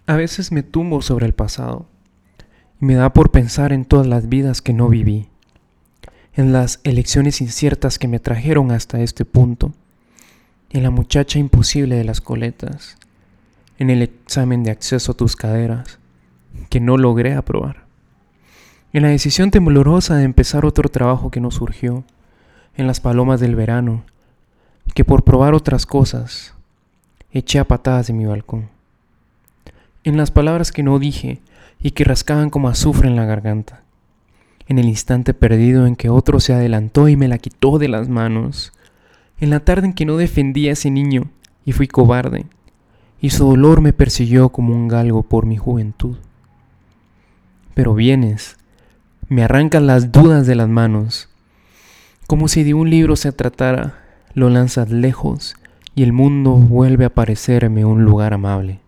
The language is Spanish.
A veces me tumbo sobre el pasado y me da por pensar en todas las vidas que no viví, en las elecciones inciertas que me trajeron hasta este punto, en la muchacha imposible de las coletas, en el examen de acceso a tus caderas que no logré aprobar, en la decisión temblorosa de empezar otro trabajo que no surgió, en las palomas del verano que por probar otras cosas eché a patadas de mi balcón, en las palabras que no dije y que rascaban como azufre en la garganta, en el instante perdido en que otro se adelantó y me la quitó de las manos, en la tarde en que no defendí a ese niño y fui cobarde, y su dolor me persiguió como un galgo por mi juventud. Pero vienes, me arrancas las dudas de las manos, como si de un libro se tratara, lo lanzas lejos y el mundo vuelve a parecerme un lugar amable.